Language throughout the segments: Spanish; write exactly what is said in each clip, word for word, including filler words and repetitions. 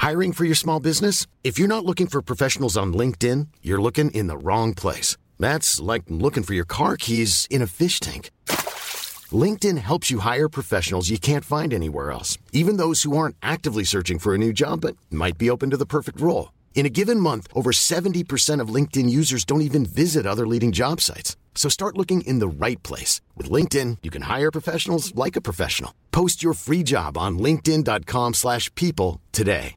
Hiring for your small business? If you're not looking for professionals on LinkedIn, you're looking in the wrong place. That's like looking for your car keys in a fish tank. LinkedIn helps you hire professionals you can't find anywhere else, even those who aren't actively searching for a new job but might be open to the perfect role. In a given month, over seventy percent of LinkedIn users don't even visit other leading job sites. So start looking in the right place. With LinkedIn, you can hire professionals like a professional. Post your free job on linkedin.com slash people today.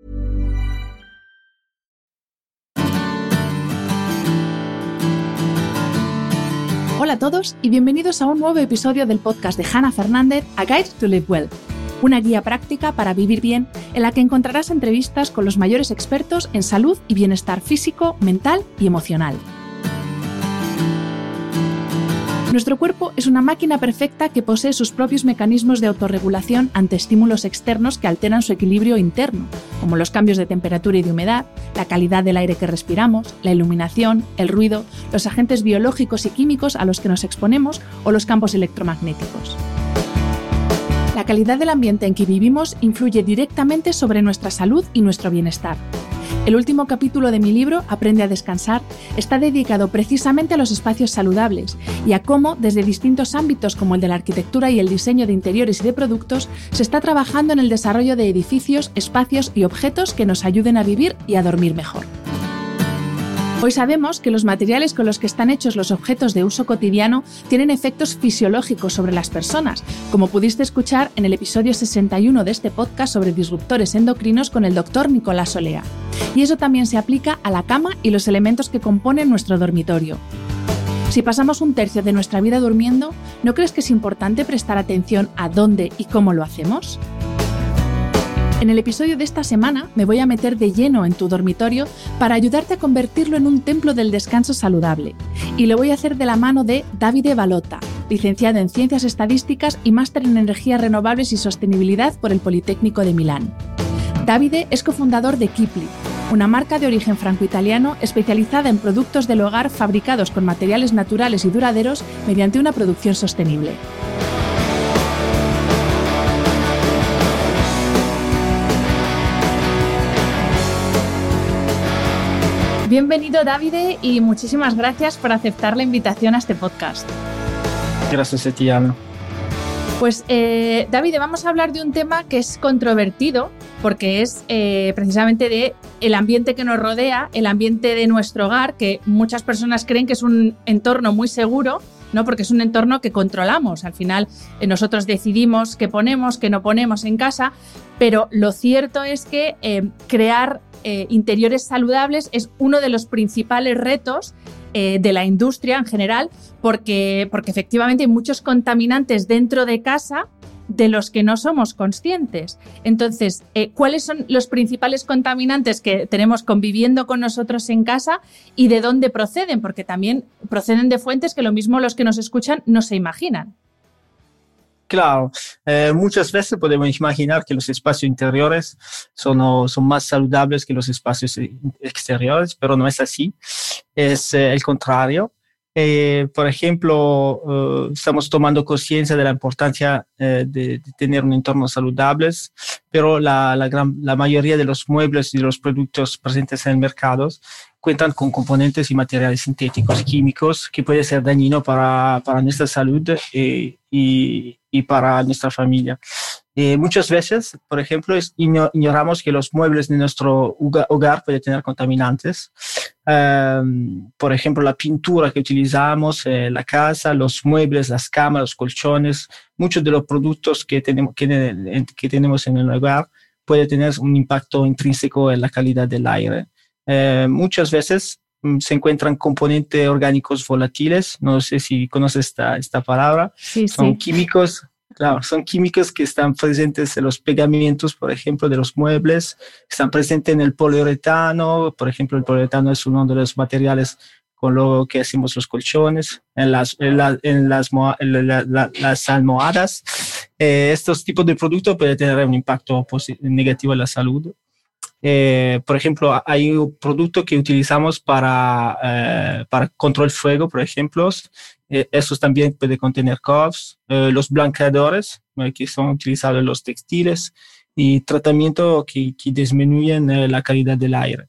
Hola a todos y bienvenidos a un nuevo episodio del podcast de Hannah Fernández, A Guide to Live Well. Una guía práctica para vivir bien en la que encontrarás entrevistas con los mayores expertos en salud y bienestar físico, mental y emocional. Nuestro cuerpo es una máquina perfecta que posee sus propios mecanismos de autorregulación ante estímulos externos que alteran su equilibrio interno, como los cambios de temperatura y de humedad, la calidad del aire que respiramos, la iluminación, el ruido, los agentes biológicos y químicos a los que nos exponemos o los campos electromagnéticos. La calidad del ambiente en que vivimos influye directamente sobre nuestra salud y nuestro bienestar. El último capítulo de mi libro, Aprende a descansar, está dedicado precisamente a los espacios saludables y a cómo, desde distintos ámbitos como el de la arquitectura y el diseño de interiores y de productos, se está trabajando en el desarrollo de edificios, espacios y objetos que nos ayuden a vivir y a dormir mejor. Hoy sabemos que los materiales con los que están hechos los objetos de uso cotidiano tienen efectos fisiológicos sobre las personas, como pudiste escuchar en el episodio sesenta y uno de este podcast sobre disruptores endocrinos con el doctor Nicolás Olea. Y eso también se aplica a la cama y los elementos que componen nuestro dormitorio. Si pasamos un tercio de nuestra vida durmiendo, ¿no crees que es importante prestar atención a dónde y cómo lo hacemos? En el episodio de esta semana me voy a meter de lleno en tu dormitorio para ayudarte a convertirlo en un templo del descanso saludable. Y lo voy a hacer de la mano de Davide Valotta, licenciado en Ciencias Estadísticas y máster en Energías Renovables y Sostenibilidad por el Politécnico de Milán. Davide es cofundador de Keeply, una marca de origen franco-italiano especializada en productos del hogar fabricados con materiales naturales y duraderos mediante una producción sostenible. Bienvenido, Davide, y muchísimas gracias por aceptar la invitación a este podcast. Gracias a ti, Ana. Pues, eh, Davide, vamos a hablar de un tema que es controvertido, porque es eh, precisamente de el ambiente que nos rodea, el ambiente de nuestro hogar, que muchas personas creen que es un entorno muy seguro, ¿no? Porque es un entorno que controlamos. Al final, eh, nosotros decidimos qué ponemos, qué no ponemos en casa, pero lo cierto es que eh, crear Eh, interiores saludables es uno de los principales retos eh, de la industria en general, porque, porque efectivamente hay muchos contaminantes dentro de casa de los que no somos conscientes. Entonces, eh, ¿cuáles son los principales contaminantes que tenemos conviviendo con nosotros en casa y de dónde proceden? Porque también proceden de fuentes que lo mismo los que nos escuchan no se imaginan. Claro, eh, muchas veces podemos imaginar que los espacios interiores son, son más saludables que los espacios exteriores, pero no es así, es eh, el contrario. Eh, por ejemplo, eh, estamos tomando conciencia de la importancia eh, de, de tener un entorno saludable, pero la, la, gran, la mayoría de los muebles y de los productos presentes en el mercado cuentan con componentes y materiales sintéticos, químicos, que pueden ser dañinos para, para nuestra salud eh, y, y para nuestra familia. Eh, muchas veces, por ejemplo, ignoramos que los muebles de nuestro hogar pueden tener contaminantes. Um, por ejemplo, la pintura que utilizamos en eh, la casa, los muebles, las camas, los colchones, muchos de los productos que tenemos, que, que tenemos en el hogar pueden tener un impacto intrínseco en la calidad del aire. Eh, muchas veces um, se encuentran componentes orgánicos volátiles, no sé si conoces esta, esta palabra, sí, son sí. químicos. Claro, son químicos que están presentes en los pegamentos, por ejemplo, de los muebles, están presentes en el poliuretano, por ejemplo, el poliuretano es uno de los materiales con lo que hacemos los colchones, en las, en la, en las, en la, la, las almohadas. Eh, estos tipos de productos pueden tener un impacto negativo en la salud. Eh, por ejemplo, hay un producto que utilizamos para, eh, para control fuego, por ejemplo. Eh, estos también pueden contener C O Vs. Eh, los blanqueadores, eh, que son utilizados en los textiles, y tratamientos que, que disminuyen eh, la calidad del aire.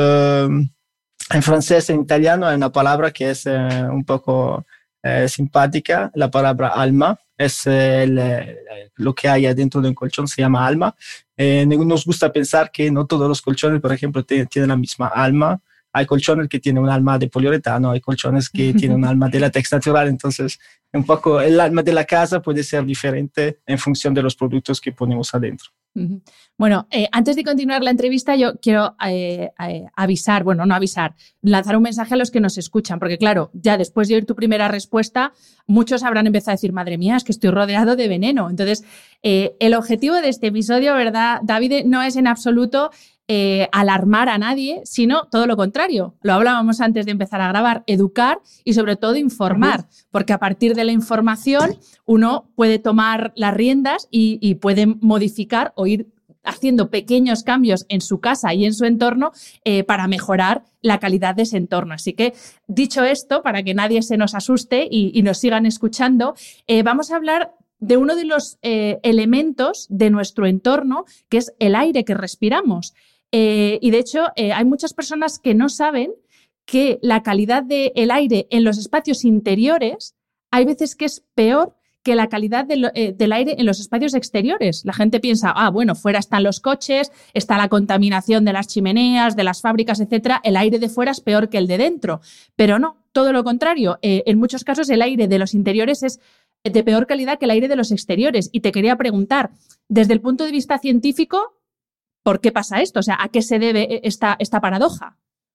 Um, en francés, en italiano hay una palabra que es eh, un poco eh, simpática, la palabra alma. Es eh, el, eh, lo que hay adentro de un colchón, se llama alma. Eh, nos gusta pensar que no todos los colchones, por ejemplo, te, tienen la misma alma. Hay colchones que tienen un alma de poliuretano, hay colchones que tienen un alma de látex natural. Entonces, un poco el alma de la casa puede ser diferente en función de los productos que ponemos adentro. Bueno, eh, antes de continuar la entrevista, yo quiero eh, eh, avisar, bueno, no avisar, lanzar un mensaje a los que nos escuchan, porque claro, ya después de oír tu primera respuesta, muchos habrán empezado a decir, madre mía, es que estoy rodeado de veneno. Entonces, eh, el objetivo de este episodio, ¿verdad, David? No es en absoluto eh, alarmar a nadie, sino todo lo contrario. Lo hablábamos antes de empezar a grabar, educar y sobre todo informar, porque a partir de la información uno puede tomar las riendas y, y puede modificar o ir haciendo pequeños cambios en su casa y en su entorno eh, para mejorar la calidad de ese entorno. Así que, dicho esto, para que nadie se nos asuste y, y nos sigan escuchando, eh, vamos a hablar de uno de los eh, elementos de nuestro entorno, que es el aire que respiramos. Eh, y de hecho, eh, hay muchas personas que no saben que la calidad del aire en los espacios interiores hay veces que es peor que la calidad de lo, eh, del aire en los espacios exteriores. La gente piensa, ah, bueno, fuera están los coches, está la contaminación de las chimeneas, de las fábricas, etcétera. El aire de fuera es peor que el de dentro. Pero no, todo lo contrario. Eh, en muchos casos el aire de los interiores es de peor calidad que el aire de los exteriores. Y te quería preguntar, desde el punto de vista científico, ¿por qué pasa esto? O sea, ¿a qué se debe esta, esta paradoja?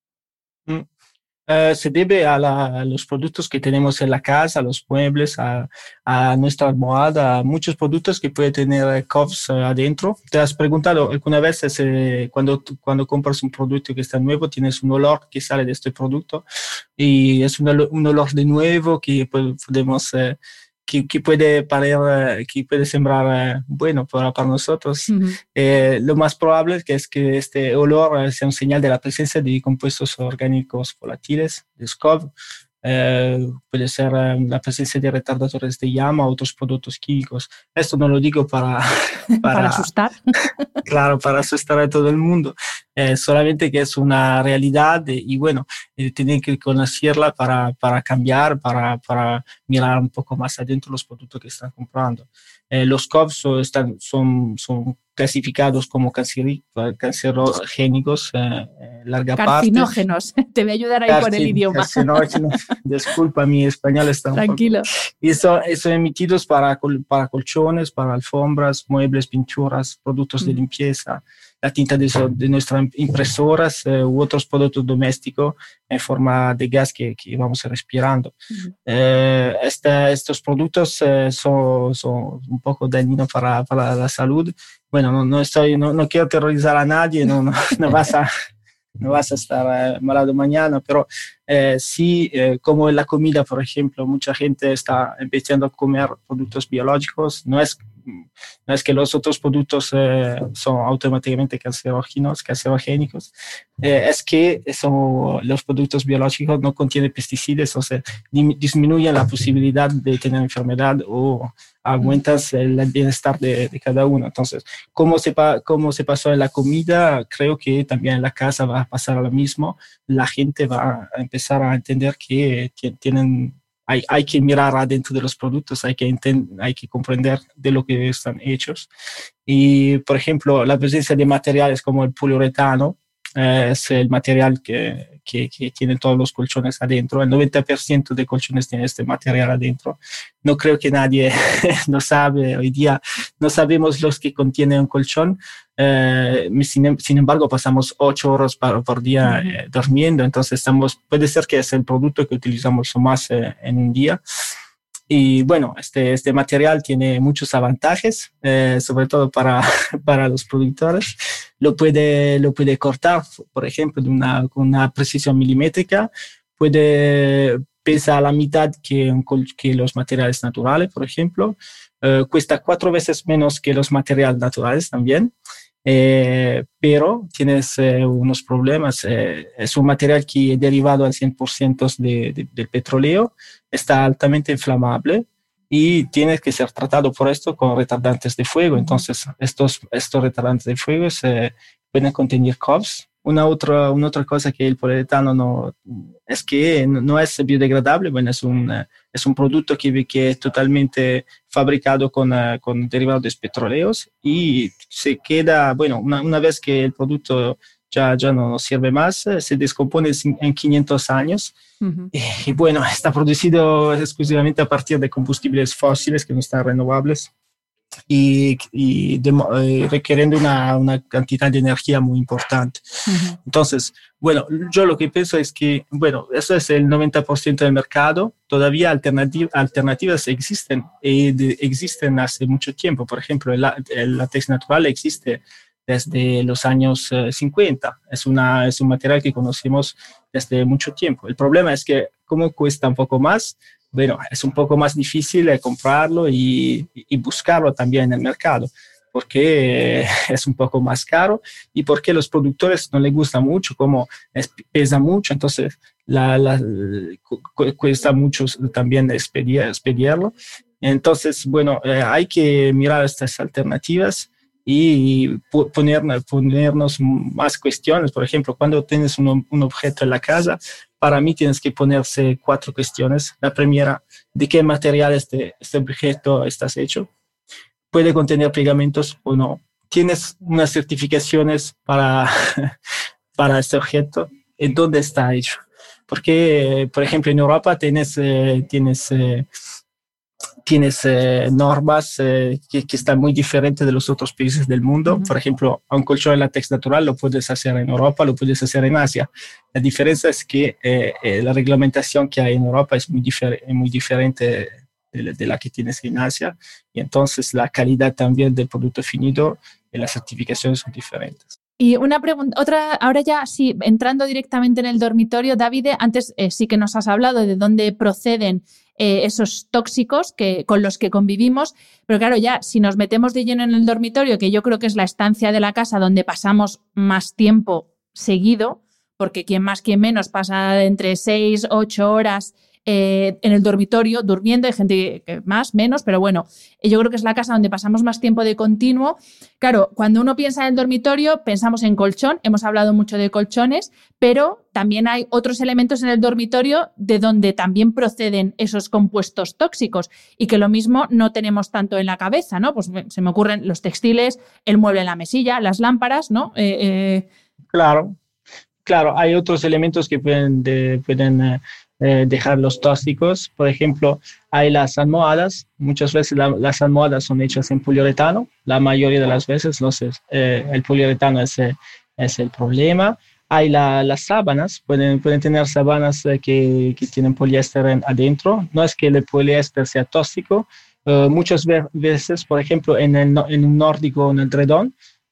Mm. Uh, se debe a, la, a los productos que tenemos en la casa, a los muebles, a, a nuestra almohada, a muchos productos que pueden tener C O Vs uh, adentro. ¿Te has preguntado alguna vez eh, cuando, cuando compras un producto que está nuevo, tienes un olor que sale de este producto y es un, un olor de nuevo que podemos... Eh, Que, que, puede parecer, que puede sembrar eh, bueno para, para nosotros. Uh-huh. Eh, lo más probable es que este olor sea un señal de la presencia de compuestos orgánicos volátiles, de S C O V. Eh, puede ser eh, la presencia de retardadores de llama o otros productos químicos. Esto no lo digo para... Para, para asustar. Claro, para asustar a todo el mundo. Eh, solamente que es una realidad de, y bueno, eh, tienen que conocerla para, para cambiar, para, para mirar un poco más adentro los productos que están comprando. Eh, los C O V son, están, son, son clasificados como cancerogénicos, eh, larga carcinógenos. Parte. Te voy a ayudar ahí Carcin, con el idioma. Carcinógenos. Disculpa, mi español está un Tranquilo. Poco. Y son, son emitidos para, para colchones, para alfombras, muebles, pinturas, productos mm. de limpieza, la tinta de, de nuestras impresoras eh, u otros productos domésticos en forma de gas que, que vamos respirando. Mm. Eh, esta, estos productos eh, son, son un poco dañinos para, para la salud. Bueno, no, no, estoy, no, no quiero terrorizar a nadie, no, no, no vas a... no vas a estar eh, malado mañana, pero eh, sí, eh, como en la comida, por ejemplo, mucha gente está empezando a comer productos biológicos, no es, no es que los otros productos eh, son automáticamente cancerógenos, cancerogénicos, eh, es que son, los productos biológicos no contienen pesticidas, o sea, disminuyen la posibilidad de tener enfermedad o aumentas el bienestar de, de cada uno. Entonces, como se, como se pasó en la comida, creo que también en la casa va a pasar lo mismo. La gente va a empezar a entender que tienen, hay, hay que mirar adentro de los productos, hay que, enten, hay que comprender de lo que están hechos. Y, por ejemplo, la presencia de materiales como el poliuretano, eh, es el material que, que, que tienen todos los colchones adentro. El noventa por ciento de colchones tiene este material adentro. No creo que nadie no sabe hoy día, no sabemos los que contienen un colchón. Eh, sin, sin embargo, pasamos ocho horas por, por día eh, durmiendo, entonces estamos, puede ser que es el producto que utilizamos más eh, en un día. Y bueno, este, este material tiene muchos avantajes, eh, sobre todo para, para los productores. Lo puede, lo puede cortar, por ejemplo, de una, con una precisión milimétrica. Puede pesar la mitad que, que los materiales naturales, por ejemplo. Eh, cuesta cuatro veces menos que los materiales naturales también. Eh, pero tienes eh, unos problemas. Eh, es un material que es derivado al cien por ciento de, de, del petróleo, está altamente inflamable y tiene que ser tratado por esto con retardantes de fuego. Entonces, estos, estos retardantes de fuego se pueden contener C O Vs. Una otra, una otra cosa que el poliuretano no, es que no es biodegradable. Bueno, es un, es un producto que, que es totalmente fabricado con, con derivados petroleros y se queda, bueno, una, una vez que el producto ya, ya no sirve más, se descompone en quinientos años. Uh-huh. y, y bueno, está producido exclusivamente a partir de combustibles fósiles que no están renovables y, y de, eh, requiriendo una, una cantidad de energía muy importante. Uh-huh. Entonces, bueno, yo lo que pienso es que, bueno, eso es el noventa por ciento del mercado. Todavía alternativ- alternativas existen y de, existen hace mucho tiempo. Por ejemplo, el, el látex natural existe desde los años eh, cincuenta. Es, una, es un material que conocemos desde mucho tiempo. El problema es que como cuesta un poco más, bueno, es un poco más difícil eh, comprarlo y, y buscarlo también en el mercado, porque eh, es un poco más caro y porque a los productores no les gusta mucho, como es, pesa mucho, entonces la, la, cu, cuesta mucho también expedir, expedirlo. Entonces, bueno, eh, hay que mirar estas alternativas y poner, ponernos más cuestiones. Por ejemplo, cuando tienes un, un objeto en la casa, para mí tienes que ponerse cuatro cuestiones. La primera, ¿de qué material este, este objeto estás hecho? ¿Puede contener pegamentos o no? ¿Tienes unas certificaciones para, para este objeto? ¿En dónde está hecho? Porque, por ejemplo, en Europa tienes... Eh, tienes eh, tienes eh, normas eh, que, que están muy diferentes de los otros países del mundo. Uh-huh. Por ejemplo, un colchón de látex natural lo puedes hacer en Europa, lo puedes hacer en Asia. La diferencia es que eh, eh, la reglamentación que hay en Europa es muy, difer- muy diferente de, de la que tienes en Asia, y entonces la calidad también del producto finito y las certificaciones son diferentes. Y una pregunta, otra, ahora ya sí, entrando directamente en el dormitorio, Davide, antes eh, sí que nos has hablado de dónde proceden eh, esos tóxicos que, con los que convivimos, pero claro, ya si nos metemos de lleno en el dormitorio, que yo creo que es la estancia de la casa donde pasamos más tiempo seguido, porque quien más, quien menos pasa entre seis, ocho horas Eh, en el dormitorio durmiendo, hay gente que más, menos, pero bueno, yo creo que es la casa donde pasamos más tiempo de continuo. Claro, cuando uno piensa en el dormitorio, pensamos en colchón, hemos hablado mucho de colchones, pero también hay otros elementos en el dormitorio de donde también proceden esos compuestos tóxicos y que lo mismo no tenemos tanto en la cabeza, ¿no? Pues se me ocurren los textiles, el mueble en la mesilla, las lámparas, ¿no? Eh, eh... Claro, claro, hay otros elementos que pueden, de, pueden eh, Eh, dejar los tóxicos. Por ejemplo, hay las almohadas. Muchas veces la, las almohadas son hechas en poliuretano. La mayoría de las veces no sé, eh, el poliuretano es, eh, es el problema. Hay la, las sábanas. Pueden, pueden tener sábanas eh, que, que tienen poliéster en, adentro. No es que el poliéster sea tóxico. Uh, muchas ve- veces, por ejemplo, en, el, en un nórdico, en el edredón,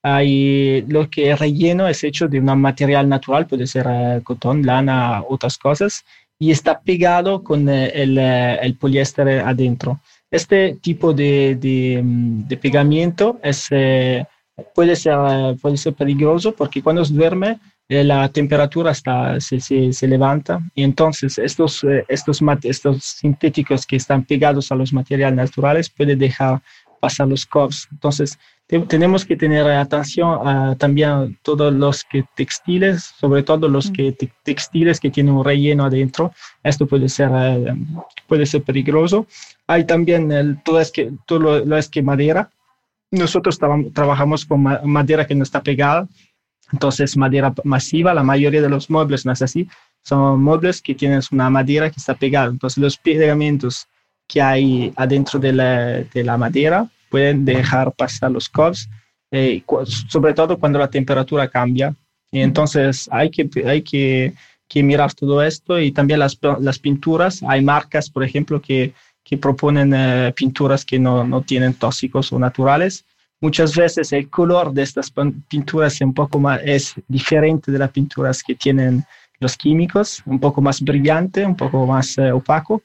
hay lo que es relleno, es hecho de un material natural, puede ser uh, cotón, lana, otras cosas, y está pegado con el, el poliéster adentro. Este tipo de, de, de pegamiento es, eh, puede, ser, puede ser peligroso porque cuando se duerme eh, la temperatura está, se, se, se levanta y entonces estos, eh, estos, estos sintéticos que están pegados a los materiales naturales pueden dejar pasar los C O Vs. Entonces, te, tenemos que tener atención a también todos los que textiles, sobre todo los que te, textiles que tienen un relleno adentro. Esto puede ser, eh, puede ser peligroso. Hay también el, todo, es que, todo lo, lo es que madera. Nosotros tra- trabajamos con ma- madera que no está pegada, entonces madera masiva. La mayoría de los muebles no es así. Son muebles que tienen una madera que está pegada. Entonces los pegamentos que hay adentro de la, de la madera pueden dejar pasar los C O Vs, eh, sobre todo cuando la temperatura cambia. Y entonces hay que, hay que, que mirar todo esto y también las, las pinturas. Hay marcas, por ejemplo, que, que proponen eh, pinturas que no, no tienen tóxicos o naturales. Muchas veces el color de estas pinturas es un poco más, es diferente de las pinturas que tienen los químicos, un poco más brillante, un poco más eh, opaco.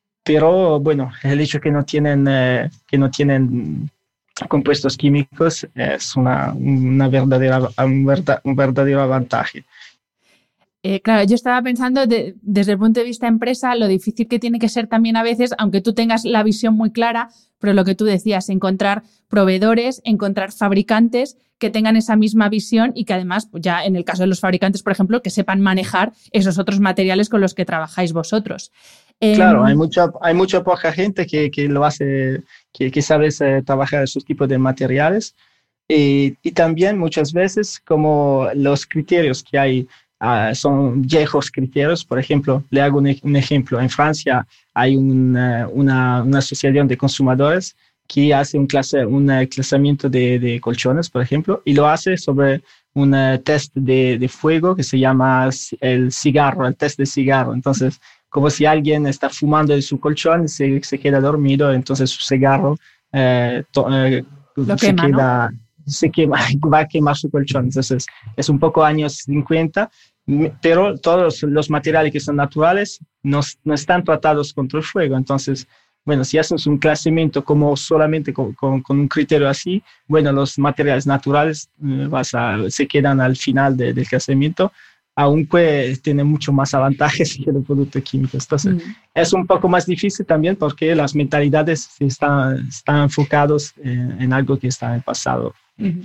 Pero bueno, el hecho que no tienen, eh, que no tienen compuestos químicos es una, una verdadera, un, verdad, un verdadero avantaje. Eh, claro, yo estaba pensando de, desde el punto de vista empresa, lo difícil que tiene que ser también a veces, aunque tú tengas la visión muy clara, pero lo que tú decías, encontrar proveedores, encontrar fabricantes que tengan esa misma visión y que además, pues ya en el caso de los fabricantes, por ejemplo, que sepan manejar esos otros materiales con los que trabajáis vosotros. Claro, eh, hay mucha, hay mucha poca gente que, que lo hace, que, que sabe eh, trabajar esos tipos de materiales y, y también muchas veces como los criterios que hay Uh, son viejos criterios. Por ejemplo, le hago un, un ejemplo. En Francia hay una, una, una asociación de consumidores que hace un, clase, un clasamiento de, de colchones, por ejemplo, y lo hace sobre un test de, de fuego que se llama el cigarro, el test de cigarro. Entonces, como si alguien está fumando en su colchón y se, se queda dormido, entonces su cigarro eh, to, eh, lo se quema, queda... ¿no? se quema, va a quemar su colchón. Entonces, es un poco años cincuenta, pero todos los materiales que son naturales no, no están tratados contra el fuego. Entonces, bueno, si haces un clasamiento como solamente con, con, con un criterio así, bueno, los materiales naturales eh, vas a, se quedan al final de, del clasamiento, aunque tienen mucho más avantajes que los productos químicos. Entonces, mm. es un poco más difícil también porque las mentalidades están, están enfocadas en, en algo que está en el pasado. Uh-huh.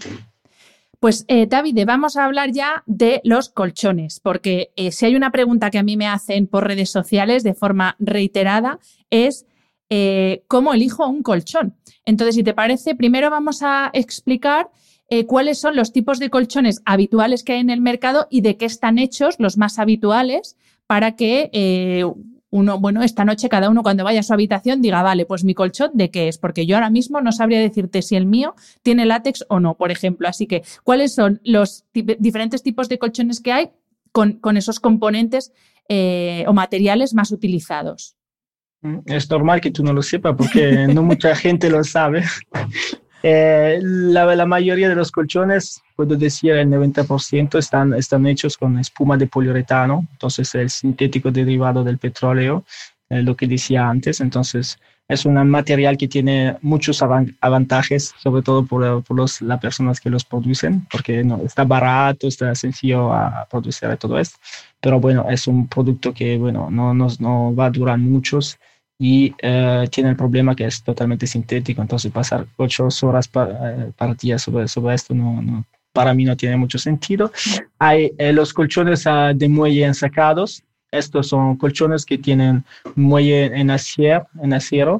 Pues eh, David, vamos a hablar ya de los colchones, porque eh, si hay una pregunta que a mí me hacen por redes sociales de forma reiterada es eh, ¿cómo elijo un colchón? Entonces, si te parece, primero vamos a explicar eh, cuáles son los tipos de colchones habituales que hay en el mercado y de qué están hechos los más habituales para que eh, uno, bueno, esta noche cada uno cuando vaya a su habitación diga, vale, pues mi colchón, ¿de qué es? Porque yo ahora mismo no sabría decirte si el mío tiene látex o no, por ejemplo. Así que, ¿cuáles son los t- diferentes tipos de colchones que hay con, con esos componentes eh, o materiales más utilizados? Es normal que tú no lo sepas porque no mucha gente lo sabe. Eh, la, la mayoría de los colchones, puedo decir el noventa por ciento, están, están hechos con espuma de poliuretano, entonces el sintético derivado del petróleo, eh, lo que decía antes. Entonces es un material que tiene muchos avant- avantajes, sobre todo por, por los, las personas que los producen, porque no, está barato, está sencillo a, a producir y todo esto, pero bueno, es un producto que bueno, no, no, no va a durar muchos. Y eh, tiene el problema que es totalmente sintético, entonces pasar ocho horas para, para día sobre, sobre esto no, no, para mí no tiene mucho sentido. Hay eh, los colchones uh, de muelle ensacados. Estos son colchones que tienen muelle en acero, en acero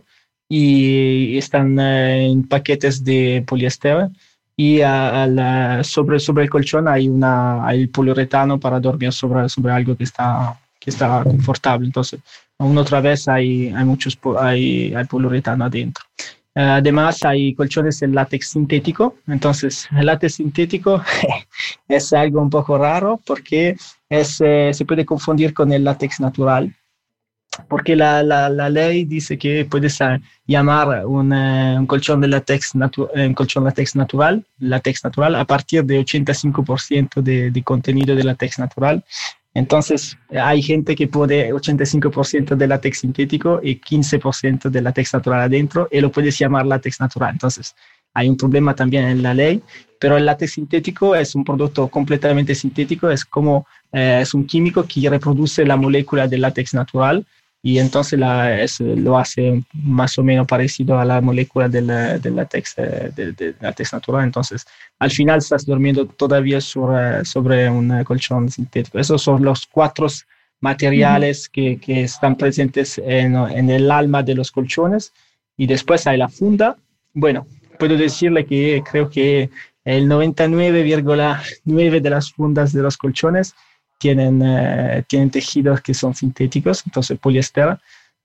y están uh, en paquetes de poliéster. Y uh, la, sobre, sobre el colchón hay, una, hay poliuretano para dormir sobre, sobre algo que está, que está confortable. Entonces, una otra vez hay, hay muchos hay, hay poliuretano adentro. Uh, además hay colchones en látex sintético. Entonces el látex sintético es algo un poco raro porque es, eh, se puede confundir con el látex natural, porque la, la, la ley dice que puedes uh, llamar un, uh, un colchón de látex natu- un colchón látex natural, látex natural a partir de ochenta y cinco por ciento de, de contenido de látex natural. Entonces, hay gente que pone ochenta y cinco por ciento de látex sintético y quince por ciento de látex natural adentro y lo puedes llamar látex natural. Entonces, hay un problema también en la ley, pero el látex sintético es un producto completamente sintético, es como eh, es un químico que reproduce la molécula del látex natural y entonces la, es, lo hace más o menos parecido a la molécula del, del látex, eh, del, del látex natural. Entonces, al final estás durmiendo todavía sobre, sobre un colchón sintético. Esos son los cuatro materiales uh-huh. que, que están presentes en, en el alma de los colchones. Y después hay la funda. Bueno, puedo decirle que creo que el noventa y nueve coma nueve de las fundas de los colchones tienen, uh, tienen tejidos que son sintéticos, entonces poliéster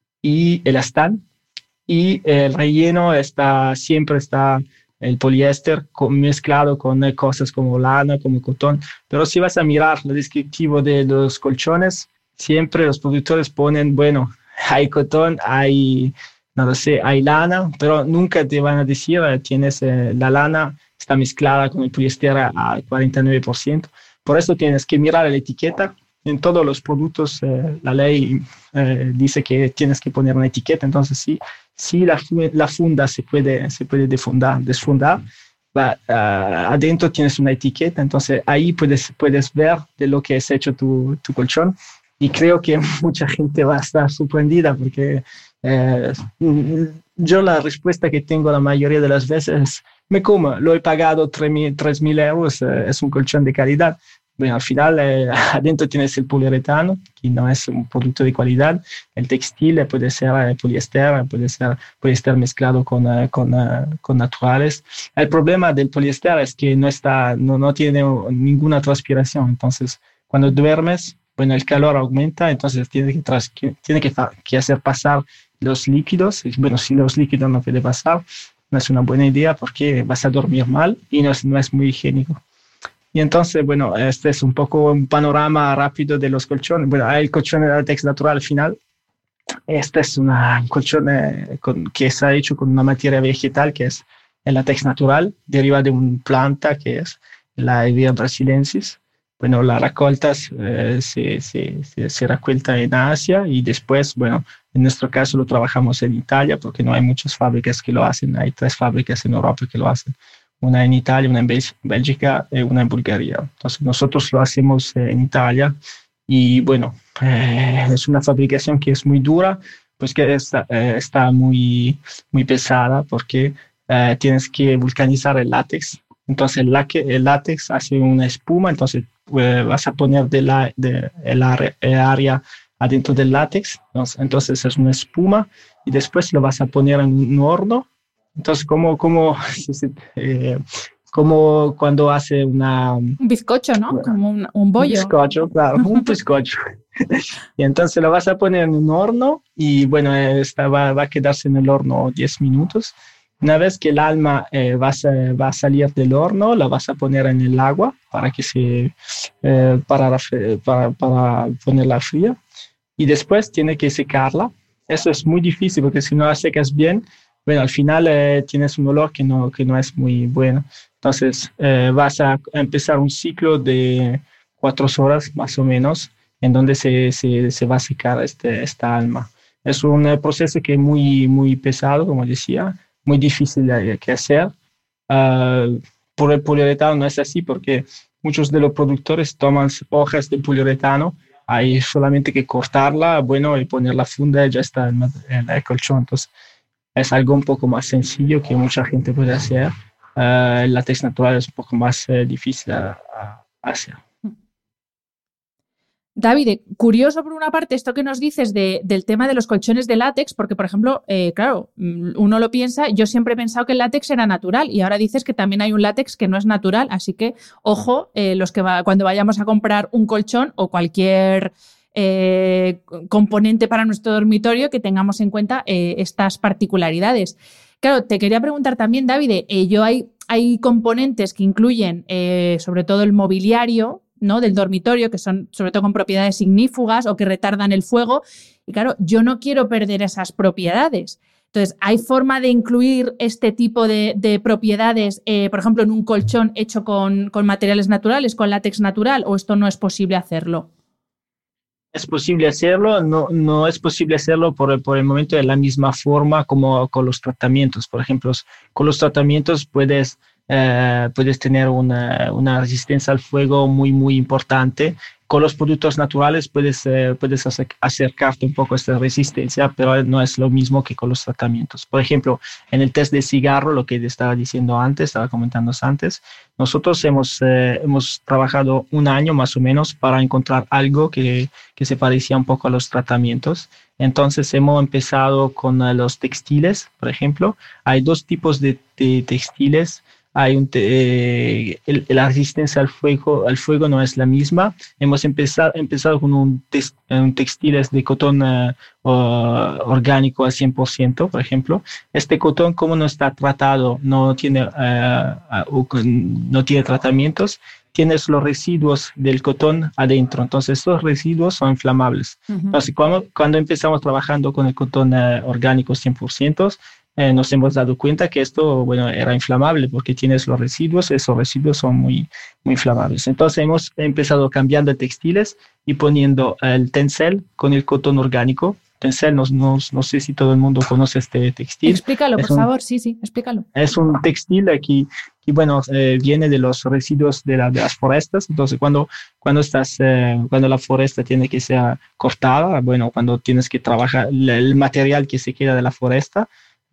y elastán. Y el relleno está, siempre está el poliéster con, mezclado con eh, cosas como lana, como cotón. Pero si vas a mirar el descriptivo de los colchones, siempre los productores ponen, bueno, hay cotón, hay, no lo sé, hay lana, pero nunca te van a decir, eh, tienes eh, la lana, está mezclada con el poliéster al cuarenta y nueve por ciento. Por eso tienes que mirar la etiqueta. En todos los productos eh, la ley eh, dice que tienes que poner una etiqueta. Entonces sí, sí la, la funda se puede, se puede defundar, desfundar va, uh, adentro tienes una etiqueta, entonces ahí puedes, puedes ver de lo que es hecho tu, tu colchón. Y creo que mucha gente va a estar sorprendida porque eh, yo la respuesta que tengo la mayoría de las veces es, me como, lo he pagado tres mil euros, eh, es un colchón de calidad. Bueno, al final eh, adentro tienes el poliuretano, que no es un producto de calidad. El textil puede ser eh, poliéster, puede ser poliéster mezclado con, uh, con, uh, con naturales. El problema del poliéster es que no, está, no, no tiene ninguna transpiración. Entonces, cuando duermes, bueno, el calor aumenta, entonces tiene que, tras, que, tiene que, que hacer pasar los líquidos. Bueno, si los líquidos no pueden pasar, no es una buena idea porque vas a dormir mal y no es, no es muy higiénico. Y entonces, bueno, este es un poco un panorama rápido de los colchones. Bueno, hay el colchón de látex natural al final. Este es una, un colchón eh, con, que está hecho con una materia vegetal que es el látex natural, deriva de una planta que es la Hevea brasiliensis. Bueno, las recoltas eh, se, se, se, se recuelta en Asia y después, bueno, en nuestro caso lo trabajamos en Italia porque no hay muchas fábricas que lo hacen. Hay tres fábricas en Europa que lo hacen. Una en Italia, una en Bélgica y una en Bulgaria. Entonces nosotros lo hacemos en Italia y bueno, eh, es una fabricación que es muy dura, pues que está, eh, está muy, muy pesada porque eh, tienes que vulcanizar el látex. Entonces el, el látex hace una espuma, entonces eh, vas a poner de la, de el, área, el área adentro del látex, entonces, entonces es una espuma y después lo vas a poner en un horno. Entonces, como, como, eh, como cuando hace una... Un bizcocho, ¿no? Bueno, como un, un bollo. Un bizcocho, claro, un bizcocho. Y entonces lo vas a poner en un horno y, bueno, esta va, va a quedarse en el horno diez minutos. Una vez que el alma eh, va, a, va a salir del horno, la vas a poner en el agua para, que se, eh, para, para, para ponerla fría. Y después tiene que secarla. Eso es muy difícil porque si no la secas bien, bueno, al final eh, tienes un olor que no, que no es muy bueno. Entonces, eh, vas a empezar un ciclo de cuatro horas más o menos, en donde se, se, se va a secar este, esta alma. Es un eh, proceso que es muy, muy pesado, como decía, muy difícil de, de hacer. Uh, por el poliuretano no es así, porque muchos de los productores toman hojas de poliuretano, hay solamente que cortarla, bueno, y poner la funda y ya está en, en el colchón. Entonces, es algo un poco más sencillo que mucha gente puede hacer. Uh, el látex natural es un poco más uh, difícil a, a hacer. David, curioso por una parte esto que nos dices de, del tema de los colchones de látex, porque, por ejemplo, eh, claro, uno lo piensa, yo siempre he pensado que el látex era natural y ahora dices que también hay un látex que no es natural, así que, ojo, eh, los que va, cuando vayamos a comprar un colchón o cualquier eh, componente para nuestro dormitorio, que tengamos en cuenta eh, estas particularidades. Claro, te quería preguntar también, David, eh, yo hay, hay componentes que incluyen eh, sobre todo el mobiliario, ¿no?, del dormitorio, que son sobre todo con propiedades ignífugas o que retardan el fuego. Y claro, yo no quiero perder esas propiedades. Entonces, ¿hay forma de incluir este tipo de, de propiedades, eh, por ejemplo, en un colchón hecho con, con materiales naturales, con látex natural, o esto no es posible hacerlo? Es posible hacerlo, no, no es posible hacerlo por el, por el momento de la misma forma como con los tratamientos. Por ejemplo, con los tratamientos puedes... Uh, puedes tener una, una resistencia al fuego muy, muy importante. Con los productos naturales puedes, uh, puedes acercarte un poco a esta resistencia, pero no es lo mismo que con los tratamientos. Por ejemplo, en el test de cigarro, lo que estaba diciendo antes, estaba comentando antes, nosotros hemos, uh, hemos trabajado un año más o menos para encontrar algo que, que se parecía un poco a los tratamientos. Entonces hemos empezado con uh, los textiles, por ejemplo. Hay dos tipos de, de textiles. Hay un te, eh, el, la resistencia al fuego, al fuego no es la misma. Hemos empezado, empezado con un, tex, un textiles de cotón uh, uh, orgánico al cien por ciento, por ejemplo. Este cotón, como no está tratado, no tiene, uh, uh, no tiene tratamientos, tienes los residuos del cotón adentro. Entonces, estos residuos son inflamables. Uh-huh. Entonces, cuando, cuando empezamos trabajando con el cotón uh, orgánico cien por ciento, Eh, nos hemos dado cuenta que esto, bueno, era inflamable porque tienes los residuos, esos residuos son muy, muy inflamables. Entonces hemos empezado cambiando textiles y poniendo el tencel con el cotón orgánico Tencel, no, no, no sé si todo el mundo conoce este textil. Explícalo, es por un, favor, sí, sí, explícalo. Es un textil que, que bueno, eh, viene de los residuos de, la, de las forestas. Entonces, cuando, cuando, estás, eh, cuando la foresta tiene que ser cortada, bueno, cuando tienes que trabajar el, el material que se queda de la foresta.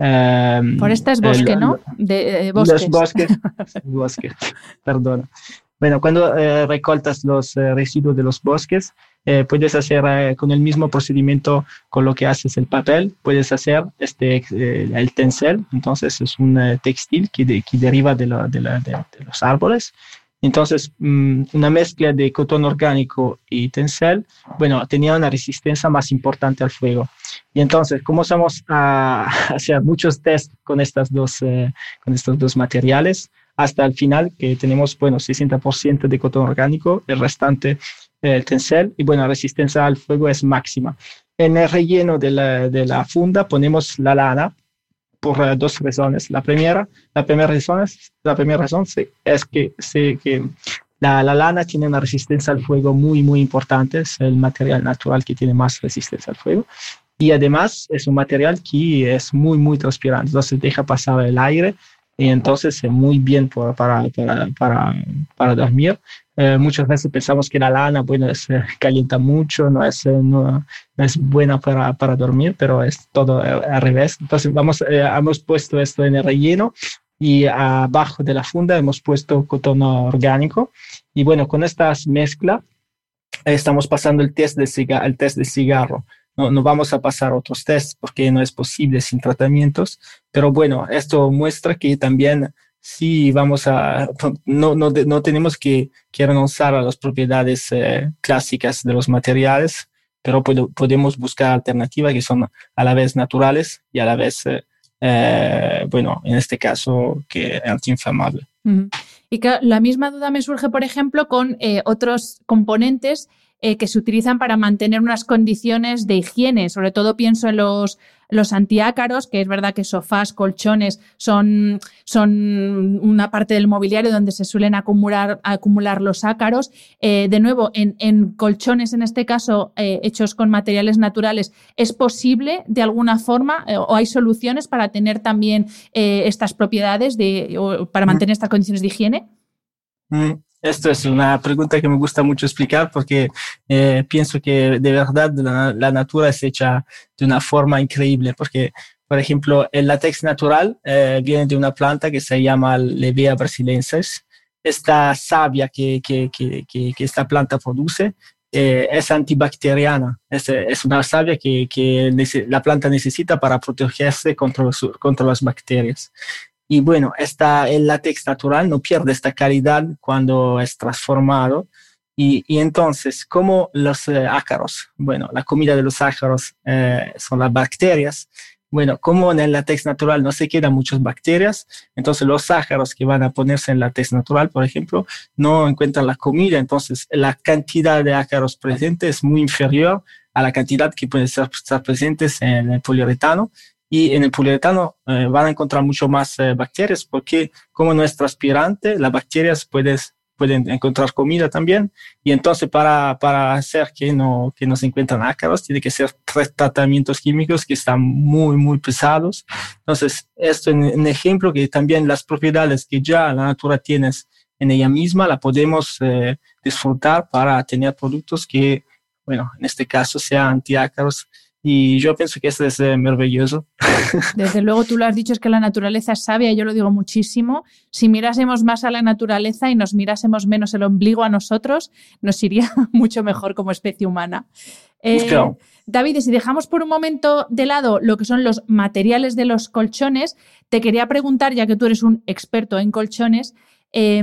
Eh, Foresta es bosque, el, ¿no? De eh, bosques. Los bosques, bosques, perdona. Bueno, cuando eh, recortas los eh, residuos de los bosques, eh, puedes hacer eh, con el mismo procedimiento con lo que haces el papel, puedes hacer este, eh, el tencel. Entonces es un eh, textil que, de, que deriva de, la, de, la, de, de los árboles. Entonces, mmm, una mezcla de cotón orgánico y tencel, bueno, tenía una resistencia más importante al fuego. Y entonces comenzamos a hacer muchos test con, estas dos, eh, con estos dos materiales, hasta el final que tenemos, bueno, sesenta por ciento de cotón orgánico, el restante el tencel, y bueno, la resistencia al fuego es máxima. En el relleno de la, de la funda ponemos la lana por uh, dos razones. La primera, la primera razón, es, la primera razón es que, sí, que la, la lana tiene una resistencia al fuego muy, muy importante, es el material natural que tiene más resistencia al fuego. Y además es un material que es muy, muy transpirante, entonces deja pasar el aire y entonces es muy bien para, para, para, para, para dormir. Eh, muchas veces pensamos que la lana, bueno, se calienta mucho, no es, no, no es buena para, para dormir, pero es todo al revés. Entonces vamos, eh, hemos puesto esto en el relleno y abajo de la funda hemos puesto cotón orgánico. Y bueno, con esta mezcla estamos pasando el test del cigarro, el test del cigarro. No, no vamos a pasar otros tests porque no es posible sin tratamientos, pero bueno, esto muestra que también sí vamos a, no, no, no tenemos que, que renunciar a las propiedades eh, clásicas de los materiales, pero pod- podemos buscar alternativas que son a la vez naturales y a la vez, eh, eh, bueno, en este caso, que antiinflamable. Uh-huh. Y que la misma duda me surge, por ejemplo, con eh, otros componentes Eh, que se utilizan para mantener unas condiciones de higiene. Sobre todo pienso en los, los antiácaros, que es verdad que sofás, colchones son, son una parte del mobiliario donde se suelen acumular, acumular los ácaros. Eh, de nuevo, en, en colchones, en este caso, eh, hechos con materiales naturales, ¿es posible de alguna forma eh, o hay soluciones para tener también eh, estas propiedades, de, o para mantener estas condiciones de higiene? Mm. Esto es una pregunta que me gusta mucho explicar porque eh, pienso que de verdad la, la natura es hecha de una forma increíble porque, por ejemplo, el látex natural eh, viene de una planta que se llama Levea brasiliensis. Esta savia que, que, que, que, que esta planta produce eh, es antibacteriana, es, es una savia que, que nece- la planta necesita para protegerse contra, los, contra las bacterias. Y bueno, esta, el látex natural no pierde esta calidad cuando es transformado. Y, y entonces, como los eh, ácaros, bueno, la comida de los ácaros eh, son las bacterias, bueno, como en el látex natural no se quedan muchas bacterias, entonces los ácaros que van a ponerse en látex natural, por ejemplo, no encuentran la comida, entonces la cantidad de ácaros presentes es muy inferior a la cantidad que pueden ser, estar presentes en el poliuretano. Y en el poliuretano eh, van a encontrar mucho más eh, bacterias porque como no es transpirante, las bacterias puedes, pueden encontrar comida también. Y entonces para, para hacer que no, que no se encuentren ácaros, tiene que ser tres tratamientos químicos que están muy, muy pesados. Entonces, esto es un ejemplo que también las propiedades que ya la natura tiene en ella misma, la podemos eh, disfrutar para tener productos que, bueno, en este caso sean antiácaros. Y yo pienso que esto es eh, maravilloso. Desde luego, tú lo has dicho, es que la naturaleza es sabia, yo lo digo muchísimo. Si mirásemos más a la naturaleza y nos mirásemos menos el ombligo a nosotros, nos iría mucho mejor como especie humana. Eh, claro. David, si dejamos por un momento de lado lo que son los materiales de los colchones, te quería preguntar, ya que tú eres un experto en colchones, eh,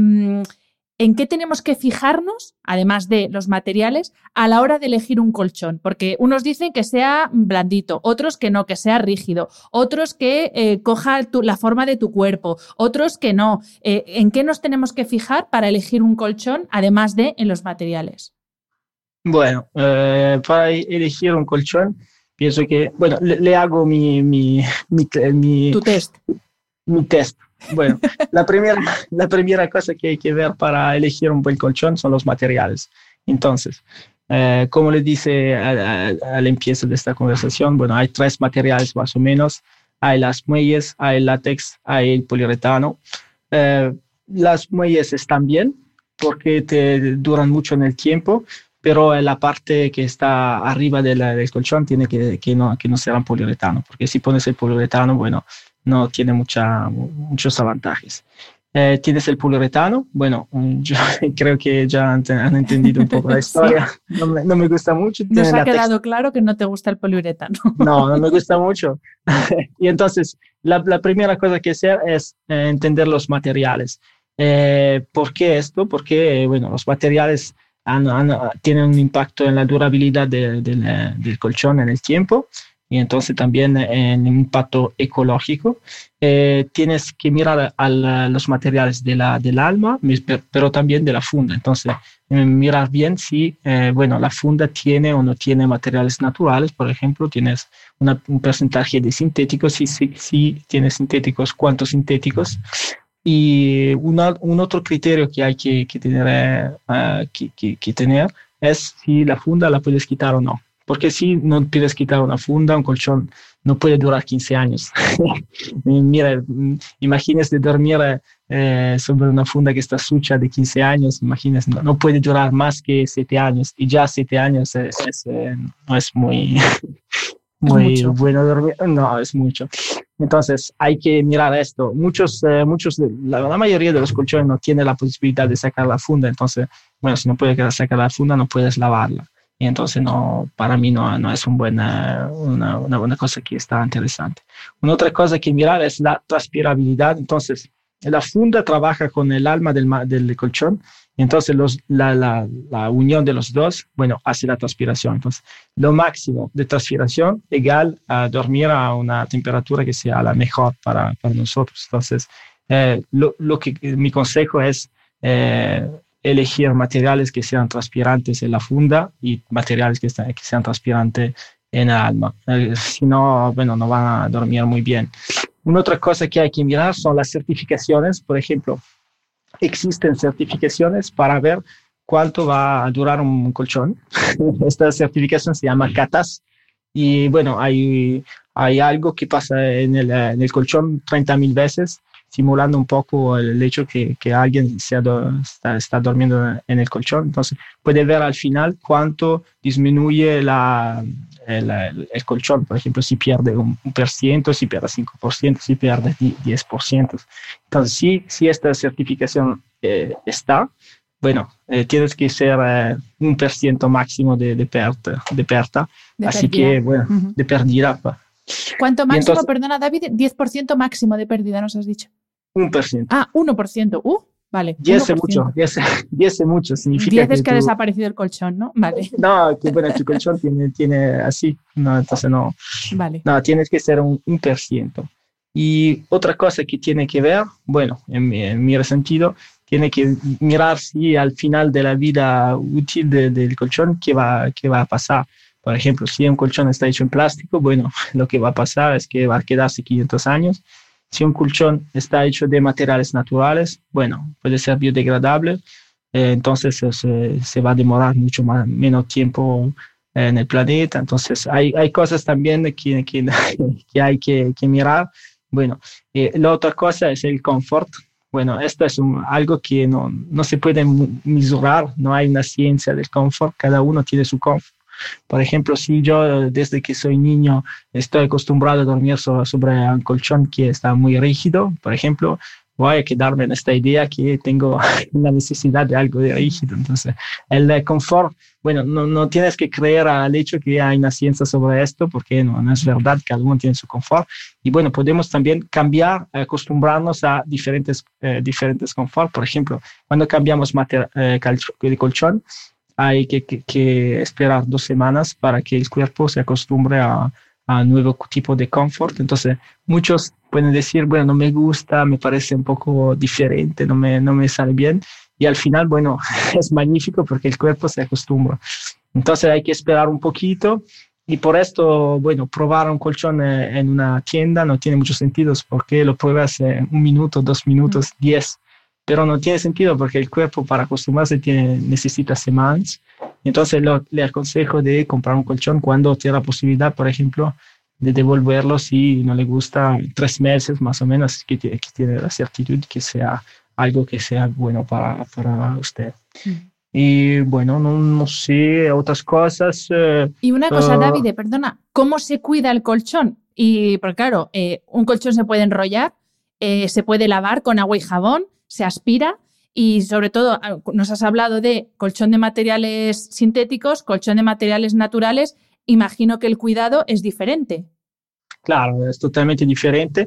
¿en qué tenemos que fijarnos, además de los materiales, a la hora de elegir un colchón? Porque unos dicen que sea blandito, otros que no, que sea rígido, otros que eh, coja tu, la forma de tu cuerpo, otros que no. Eh, ¿En qué nos tenemos que fijar para elegir un colchón, además de en los materiales? Bueno, eh, para elegir un colchón, pienso que, bueno, le, le hago mi, mi, mi, mi... Tu test. Mi test. Bueno, la primera, la primera cosa que hay que ver para elegir un buen colchón son los materiales. Entonces, eh, como le dice al empiezo de esta conversación, bueno, hay tres materiales más o menos. Hay las muelles, hay el látex, hay el poliuretano. Eh, las muelles están bien porque te duran mucho en el tiempo, pero la parte que está arriba de la, del colchón tiene que, que, no, que no sea poliuretano, porque si pones el poliuretano, bueno, no tiene mucha, muchos avantajes. Eh, tienes el poliuretano, bueno, yo creo que ya han, han entendido un poco la historia, sí. no, me, no me gusta mucho. Nos ha quedado claro que no te gusta el poliuretano. No, no me gusta mucho. Y entonces, la, la primera cosa que hacer es eh, entender los materiales. Eh, ¿Por qué esto? Porque, bueno, los materiales han, han, tienen un impacto en la durabilidad de, de la, del colchón en el tiempo, y entonces también en el impacto ecológico. Eh, tienes que mirar a, a los materiales de la, del alma, pero también de la funda. Entonces, eh, mirar bien si, eh, bueno, la funda tiene o no tiene materiales naturales. Por ejemplo, tienes una, un porcentaje de sintéticos, si, si, si tienes sintéticos, cuántos sintéticos. Y una, un otro criterio que hay que, que, tener, uh, que, que, que tener es si la funda la puedes quitar o no. Porque si no puedes quitar una funda, un colchón no puede durar quince años. Mira, imagínese dormir eh, sobre una funda que está sucia de quince años, imagínese, no, no puede durar más que siete años. Y ya siete años es, es, eh, no es muy, muy es bueno dormir. No, es mucho. Entonces hay que mirar esto. Muchos, eh, muchos la, la mayoría de los colchones no tiene la posibilidad de sacar la funda. Entonces, bueno, si no puedes sacar la funda, no puedes lavarla. Y entonces no, para mí no, no es un buena, una, una buena cosa que está interesante. Una otra cosa que mirar es la transpirabilidad. Entonces, la funda trabaja con el alma del, del colchón. Y entonces los, la, la, la unión de los dos, bueno, hace la transpiración. Entonces, lo máximo de transpiración igual a dormir a una temperatura que sea la mejor para, para nosotros. Entonces, eh, lo, lo que mi consejo es eh, elegir materiales que sean transpirantes en la funda y materiales que, están, que sean transpirantes en el alma. Eh, si no, bueno, no van a dormir muy bien. Una otra cosa que hay que mirar son las certificaciones. Por ejemplo, existen certificaciones para ver cuánto va a durar un colchón. Esta certificación se llama CATAS. Y bueno, hay, hay algo que pasa en el, en el colchón treinta mil veces, simulando un poco el hecho que, que alguien se do, está, está durmiendo en el colchón. Entonces, puede ver al final cuánto disminuye la, el, el colchón. Por ejemplo, si pierde un, un por ciento, si pierde cinco por ciento, si pierde diez por ciento. Entonces, si, si esta certificación eh, está, bueno, eh, tienes que ser eh, un por ciento máximo de, de, perta, de perta. De Así pérdida. que, bueno, uh-huh. de pérdida. ¿Cuánto máximo? Entonces, perdona, David, diez por ciento máximo de pérdida, nos has dicho. Un por ciento. Ah, uno por ciento. Uh, vale. diez es mucho, diez es mucho. Significa diez es que, que tú... ha desaparecido el colchón, ¿no? Vale. No, que bueno, tu colchón tiene, tiene así. No, entonces no. Vale. No, tienes que ser un, un por ciento. Y otra cosa que tiene que ver, bueno, en mi, en mi sentido, tiene que mirar si al final de la vida útil de, del colchón, ¿qué va, qué va a pasar? Por ejemplo, si un colchón está hecho en plástico, bueno, lo que va a pasar es que va a quedarse quinientos años. Si un colchón está hecho de materiales naturales, bueno, puede ser biodegradable, eh, entonces se, se va a demorar mucho más, menos tiempo eh, en el planeta. Entonces hay, hay cosas también que, que, que hay que, que mirar. Bueno, eh, la otra cosa es el confort. Bueno, esto es un, algo que no, no se puede mesurar, no hay una ciencia del confort, cada uno tiene su confort. Por ejemplo, si yo desde que soy niño estoy acostumbrado a dormir sobre, sobre un colchón que está muy rígido, por ejemplo, voy a quedarme en esta idea que tengo la necesidad de algo de rígido. Entonces, el confort, bueno, no, no tienes que creer al hecho que hay una ciencia sobre esto, porque no, no es verdad, cada uno tiene su confort. Y bueno, podemos también cambiar, acostumbrarnos a diferentes, eh, diferentes confort. Por ejemplo, cuando cambiamos mater, eh, de colchón, hay que, que, que esperar dos semanas para que el cuerpo se acostumbre a, a un nuevo tipo de confort. Entonces, muchos pueden decir, bueno, no me gusta, me parece un poco diferente, no me, no me sale bien. Y al final, bueno, es magnífico porque el cuerpo se acostumbra. Entonces, hay que esperar un poquito. Y por esto, bueno, probar un colchón en una tienda no tiene muchos sentidos porque lo pruebas en un minuto, dos minutos, diez. Pero no tiene sentido porque el cuerpo para acostumbrarse tiene, necesita semanas. Entonces lo, le aconsejo de comprar un colchón cuando tiene la posibilidad, por ejemplo, de devolverlo si no le gusta tres meses más o menos, que, que tiene la certidumbre que sea algo que sea bueno para, para usted. Mm. Y bueno, no, no sé, otras cosas. Eh, y una cosa, uh, David, perdona, ¿cómo se cuida el colchón? Y, porque claro, eh, un colchón se puede enrollar, eh, se puede lavar con agua y jabón, se aspira y sobre todo nos has hablado de colchón de materiales sintéticos, colchón de materiales naturales. Imagino que el cuidado es diferente. Claro, es totalmente diferente.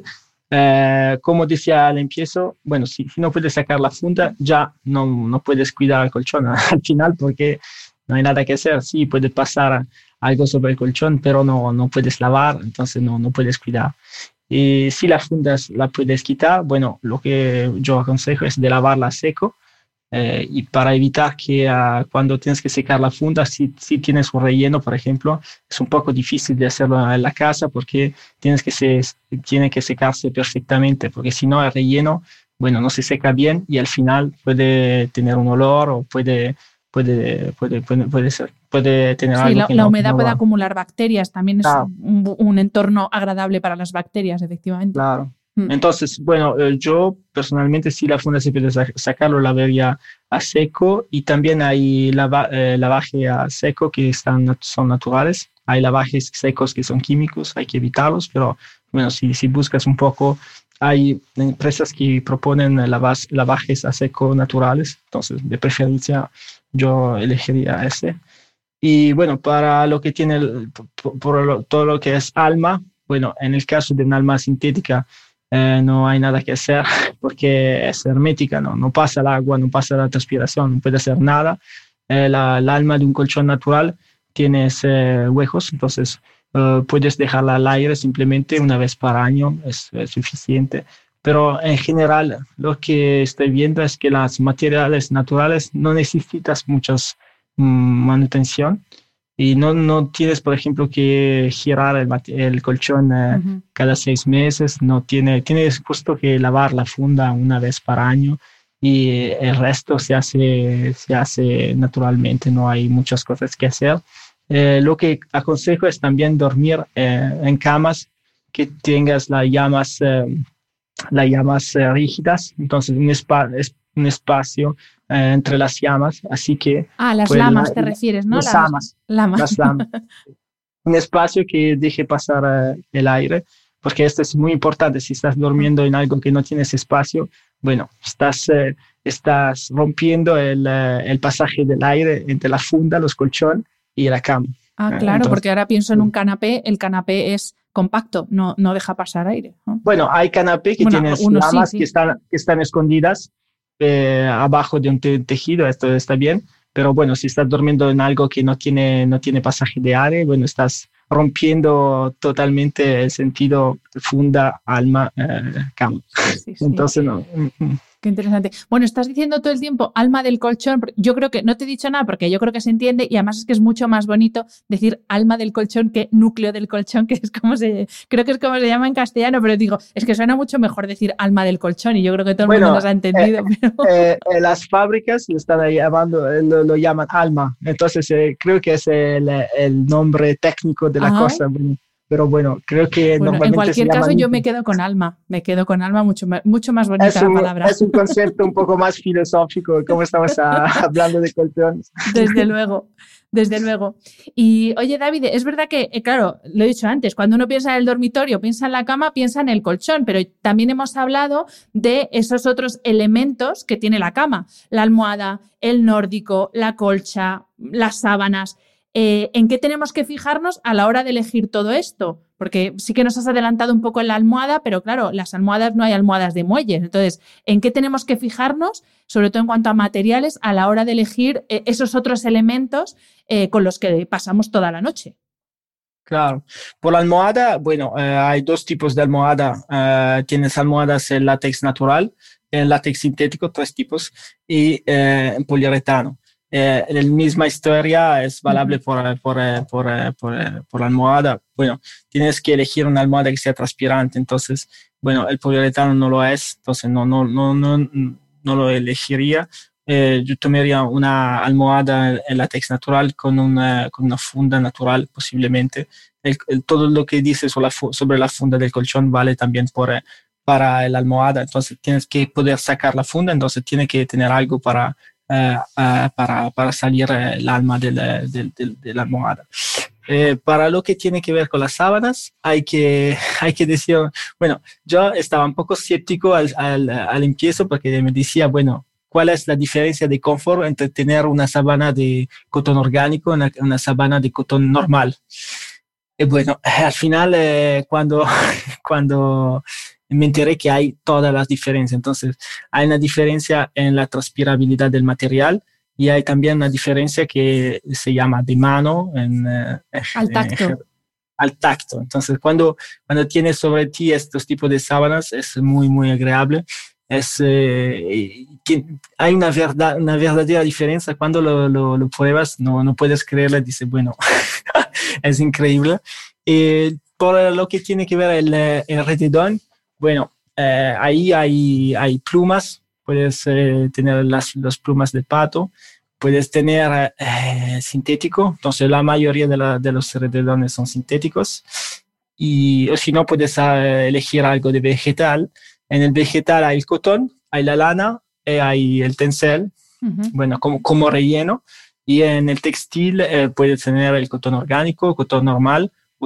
Eh, como decía al empiezo, bueno, si, si no puedes sacar la funda, ya no, no puedes cuidar el colchón al final porque no hay nada que hacer. Sí, puede pasar algo sobre el colchón, pero no, no puedes lavar, entonces no, no puedes cuidar. Y si la funda la puedes quitar, bueno, lo que yo aconsejo es de lavarla a seco. Eh, y para evitar que uh, cuando tienes que secar la funda, si, si tienes un relleno, por ejemplo, es un poco difícil de hacerlo en la casa porque tienes que se, tiene que secarse perfectamente, porque si no el relleno, bueno, no se seca bien y al final puede tener un olor o puede, puede, puede, puede, puede, ser, puede tener sí, algo la, que la no, humedad no puede va. acumular bacterias, también es Claro. un, un entorno agradable para las bacterias, efectivamente. Claro. Entonces, bueno, yo personalmente si la funda se puede sacarlo, lavaría a seco y también hay lava, eh, lavaje a seco que están, son naturales. Hay lavajes secos que son químicos, hay que evitarlos, pero bueno, si, si buscas un poco, hay empresas que proponen lavas, lavajes a seco naturales, entonces de preferencia yo elegiría ese. Y bueno, para lo que tiene, el, por, por lo, todo lo que es alma, bueno, en el caso de un alma sintética, Eh, no hay nada que hacer porque es hermética, no, no pasa el agua, no pasa la transpiración, no puede hacer nada. Eh, la, el alma de un colchón natural tiene eh, huecos, entonces uh, puedes dejarla al aire simplemente una vez por año, es, es suficiente. Pero en general lo que estoy viendo es que los materiales naturales no necesitas mucha mm, manutención. Y no, no tienes, por ejemplo, que girar el, el colchón eh, uh-huh. cada seis meses. No tiene, tienes justo que lavar la funda una vez por año y el resto se hace, se hace naturalmente. No hay muchas cosas que hacer. Eh, lo que aconsejo es también dormir eh, en camas que tengas las llamas, eh, las llamas eh, rígidas. Entonces, un, spa, es, un espacio Eh, entre las llamas, así que... Ah, las pues, lamas la, te refieres, ¿no? Las las lamas. lamas. Las lamas. Un espacio que deje pasar uh, el aire, porque esto es muy importante. Si estás durmiendo en algo que no tienes espacio, bueno, estás, uh, estás rompiendo el, uh, el pasaje del aire entre la funda, los colchones y la cama. Ah, claro, Entonces, porque ahora pienso en un canapé, el canapé es compacto, no, no deja pasar aire, ¿no? Bueno, hay canapé que bueno, tienes lamas sí, sí. Que, están, que están escondidas eh, abajo de un te tejido, esto está bien, pero bueno, si estás durmiendo en algo que no tiene, no tiene pasaje de aire, bueno, estás rompiendo totalmente el sentido funda, alma, eh, cama. Sí, sí. Entonces, no. Qué interesante. Bueno, estás diciendo todo el tiempo alma del colchón. Yo creo que no te he dicho nada porque yo creo que se entiende y además es que es mucho más bonito decir alma del colchón que núcleo del colchón, que es como se, creo que es como se llama en castellano, pero digo, es que suena mucho mejor decir alma del colchón y yo creo que todo el bueno, mundo nos ha entendido. Eh, pero... eh, eh, las fábricas lo están llamando, lo, lo llaman alma, entonces eh, creo que es el, el nombre técnico de la Ajá. cosa. Pero bueno, creo que bueno, normalmente en cualquier se caso llama... yo me quedo con alma, me quedo con alma, mucho más, mucho más bonita es un, la palabra. Es un concepto un poco más filosófico, como estamos a, hablando de colchones. Desde luego, desde luego. Y oye, David, es verdad que, eh, claro, lo he dicho antes, cuando uno piensa en el dormitorio, piensa en la cama, piensa en el colchón, pero también hemos hablado de esos otros elementos que tiene la cama, la almohada, el nórdico, la colcha, las sábanas. Eh, ¿En qué tenemos que fijarnos a la hora de elegir todo esto? Porque sí que nos has adelantado un poco en la almohada, pero claro, las almohadas no hay almohadas de muelles. Entonces, ¿en qué tenemos que fijarnos, sobre todo en cuanto a materiales, a la hora de elegir eh, esos otros elementos eh, con los que pasamos toda la noche? Claro. Por la almohada, bueno, eh, hay dos tipos de almohada. Eh, tienes almohadas en látex natural, en látex sintético, tres tipos, y eh, en poliuretano. Eh, la misma historia es valable uh-huh. por, por, por, por, por la almohada. Bueno, tienes que elegir una almohada que sea transpirante, entonces, bueno, el poliuretano no lo es, entonces no, no, no, no, no lo elegiría. eh, yo tomaría una almohada en látex natural con una, con una funda natural posiblemente. El, el, todo lo que dice sobre la, sobre la funda del colchón vale también por, eh, para la almohada. Entonces tienes que poder sacar la funda, entonces tiene que tener algo para, uh, uh, para, para salir uh, el alma de la, de, de, de la almohada. Eh, para lo que tiene que ver con las sábanas, hay que, hay que decir, bueno, yo estaba un poco escéptico al, al, al empiezo porque me decía, bueno, ¿cuál es la diferencia de confort entre tener una sábana de cotón orgánico y una, una sábana de cotón normal? Y bueno, al final, eh, cuando, cuando me enteré que hay todas las diferencias, entonces hay una diferencia en la transpirabilidad del material. Y hay también una diferencia que se llama de mano. En, eh, al tacto. En, al tacto. Entonces, cuando, cuando tienes sobre ti estos tipos de sábanas, es muy, muy agradable. Es, eh, hay una, verdad, una verdadera diferencia. Cuando lo, lo, lo pruebas, no, no puedes creerlo. Dices, bueno, es increíble. Eh, por lo que tiene que ver el, el rededón, bueno, eh, ahí hay, hay plumas. Puedes eh, tener las, las plumas de pato, puedes tener eh, sintético, entonces la mayoría de, la, de los rededones son sintéticos, y o si no puedes eh, elegir algo de vegetal. En el vegetal hay el cotón, hay la lana, y hay el tencel, uh-huh. bueno, como, como relleno, y en el textil eh, puedes tener el cotón orgánico, cotón normal, o,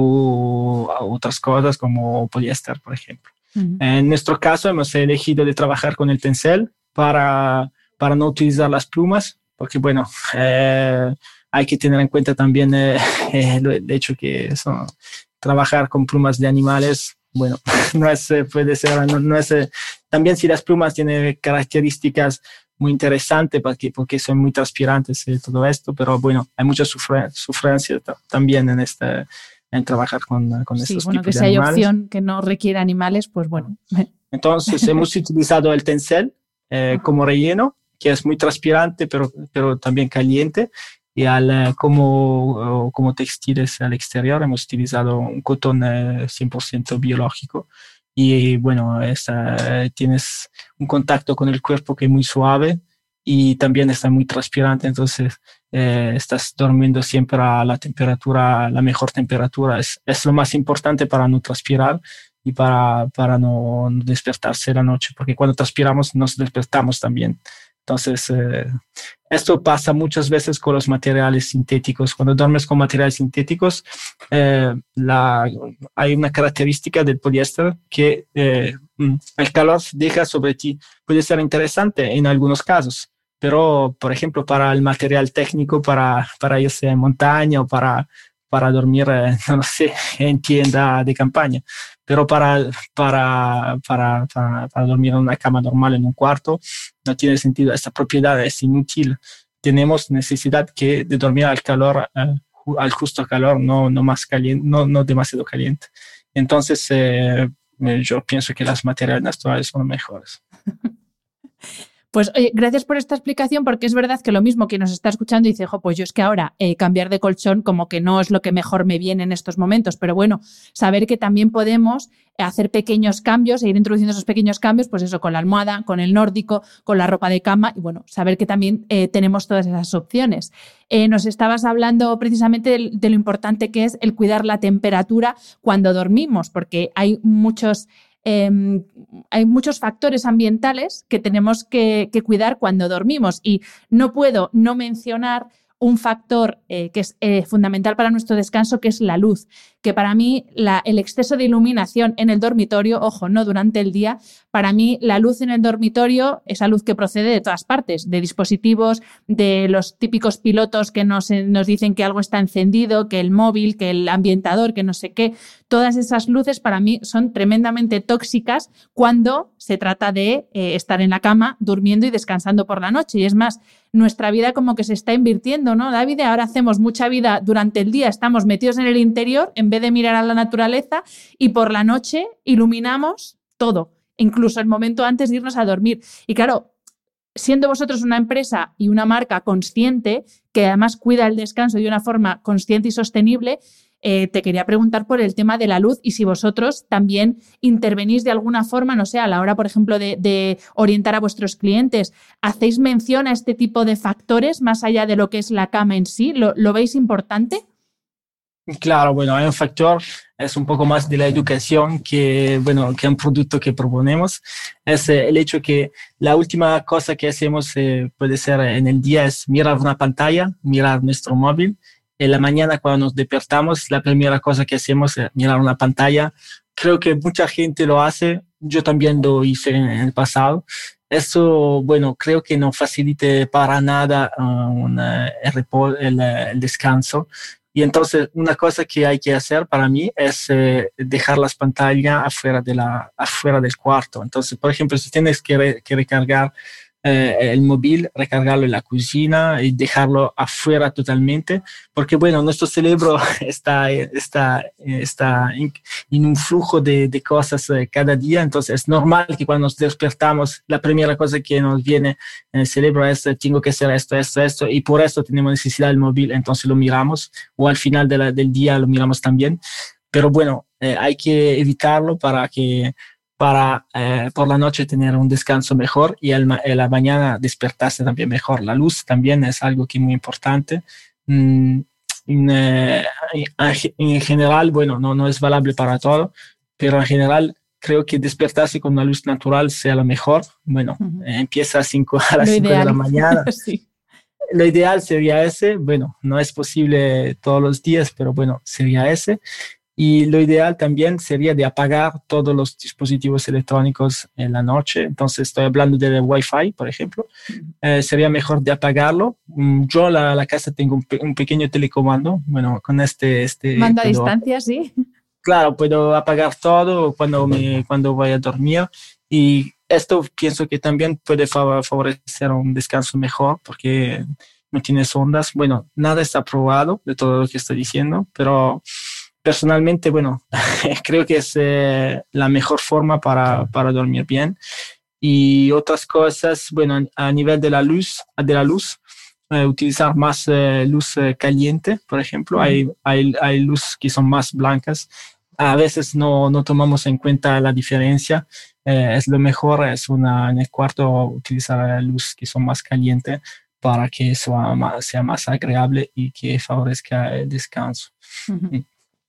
o otras cosas como poliéster, por ejemplo. Uh-huh. En nuestro caso hemos elegido de trabajar con el tencel para, para no utilizar las plumas, porque bueno, eh, hay que tener en cuenta también eh, el hecho que son, trabajar con plumas de animales, bueno, no es, puede ser, no, no es, también si las plumas tienen características muy interesantes porque, porque son muy transpirantes y todo esto, pero bueno, hay mucha sufre, sufrencia t- también en este en trabajar con, con estos sí, bueno, tipos que de animales. Si hay opción que no requiere animales, pues bueno. Entonces hemos utilizado el tencel eh, como relleno, que es muy transpirante, pero, pero también caliente. Y al, como, como textiles al exterior hemos utilizado un cotón eh, cien por ciento biológico. Y bueno, es, uh, tienes un contacto con el cuerpo que es muy suave y también está muy transpirante, entonces eh, estás durmiendo siempre a la temperatura, la mejor temperatura. Es, es lo más importante para no transpirar y para, para no, no despertarse la noche, porque cuando transpiramos nos despertamos también. Entonces, eh, esto pasa muchas veces con los materiales sintéticos. Cuando duermes con materiales sintéticos, eh, la, hay una característica del poliéster que eh, el calor deja sobre ti. Puede ser interesante en algunos casos, pero, por ejemplo, para el material técnico, para, para irse en montaña o para, para dormir, eh, no sé, en tienda de campaña. Pero para, para, para, para, para dormir en una cama normal, en un cuarto, no tiene sentido. Esta propiedad es inútil. Tenemos necesidad que de dormir al calor, eh, al justo calor, no, no, más caliente, no, no demasiado caliente. Entonces, eh, yo pienso que los materiales naturales son mejores. Pues oye, gracias por esta explicación, porque es verdad que lo mismo que nos está escuchando dice, jo, pues yo es que ahora eh, cambiar de colchón como que no es lo que mejor me viene en estos momentos, pero bueno, saber que también podemos hacer pequeños cambios e ir introduciendo esos pequeños cambios, pues eso, con la almohada, con el nórdico, con la ropa de cama y bueno, saber que también eh, tenemos todas esas opciones. Eh, nos estabas hablando precisamente de, de lo importante que es el cuidar la temperatura cuando dormimos, porque hay muchos... Eh, hay muchos factores ambientales que tenemos que, que cuidar cuando dormimos y no puedo no mencionar un factor eh, que es eh, fundamental para nuestro descanso, que es la luz, que para mí la, el exceso de iluminación en el dormitorio, ojo, no durante el día, para mí la luz en el dormitorio, esa luz que procede de todas partes, de dispositivos, de los típicos pilotos que nos, nos dicen que algo está encendido, que el móvil, que el ambientador, que no sé qué, todas esas luces para mí son tremendamente tóxicas cuando se trata de eh, estar en la cama durmiendo y descansando por la noche. Y es más, nuestra vida como que se está invirtiendo, ¿no, David? Ahora hacemos mucha vida durante el día, estamos metidos en el interior en vez de mirar a la naturaleza y por la noche iluminamos todo, incluso el momento antes de irnos a dormir. Y claro, siendo vosotros una empresa y una marca consciente, que además cuida el descanso de una forma consciente y sostenible, eh, te quería preguntar por el tema de la luz y si vosotros también intervenís de alguna forma, no sé, a la hora, por ejemplo, de, de orientar a vuestros clientes. ¿Hacéis mención a este tipo de factores más allá de lo que es la cama en sí? ¿Lo, lo veis importante? Claro, bueno, hay un factor, es un poco más de la educación que, bueno, que un producto que proponemos. Es eh, el hecho que la última cosa que hacemos eh, puede ser en el día es mirar una pantalla, mirar nuestro móvil. En la mañana cuando nos despertamos, la primera cosa que hacemos es mirar una pantalla. Creo que mucha gente lo hace, yo también lo hice en el pasado. Eso, bueno, creo que no facilite para nada uh, una, el, repo- el, el descanso. Y entonces una cosa que hay que hacer para mí es eh, dejar las pantallas afuera, de la, afuera del cuarto. Entonces, por ejemplo, si tienes que, re, que recargar eh, el móvil, recargarlo en la cocina y dejarlo afuera totalmente, porque bueno, nuestro cerebro está, está, está en, en un flujo de, de cosas eh, cada día, entonces es normal que cuando nos despertamos, la primera cosa que nos viene en el cerebro es tengo que hacer esto, esto, esto, y por eso tenemos necesidad del móvil, entonces lo miramos, o al final de la, del día lo miramos también, pero bueno, eh, hay que evitarlo para que para eh, por la noche tener un descanso mejor y en la mañana despertarse también mejor. La luz también es algo que es muy importante. Mm, en, eh, en general, bueno, no, no es valable para todo, pero en general creo que despertarse con una luz natural sea lo mejor. Bueno, uh-huh. eh, empieza a, cinco, a las cinco de la mañana. Sí. Lo ideal sería ese. Bueno, no es posible todos los días, pero bueno, sería ese. Y lo ideal también sería de apagar todos los dispositivos electrónicos en la noche. Entonces estoy hablando del Wi-Fi, por ejemplo. Eh, sería mejor de apagarlo. Yo en la, la casa tengo un, pe- un pequeño telecomando. Bueno, con este... este Mando a puedo, distancia, sí. Claro, puedo apagar todo cuando, me, cuando voy a dormir. Y esto pienso que también puede favorecer un descanso mejor porque no tienes ondas. Bueno, nada está probado de todo lo que estoy diciendo, pero... Personalmente, bueno, creo que es eh, la mejor forma para, para dormir bien. Y otras cosas, bueno, a nivel de la luz, de la luz eh, utilizar más eh, luz eh, caliente, por ejemplo. Mm. Hay, hay, hay luz que son más blancas. A veces no, no tomamos en cuenta la diferencia. Eh, es lo mejor, es una, en el cuarto utilizar luz que son más caliente para que sea más, sea más agradable y que favorezca el descanso. Uh-huh.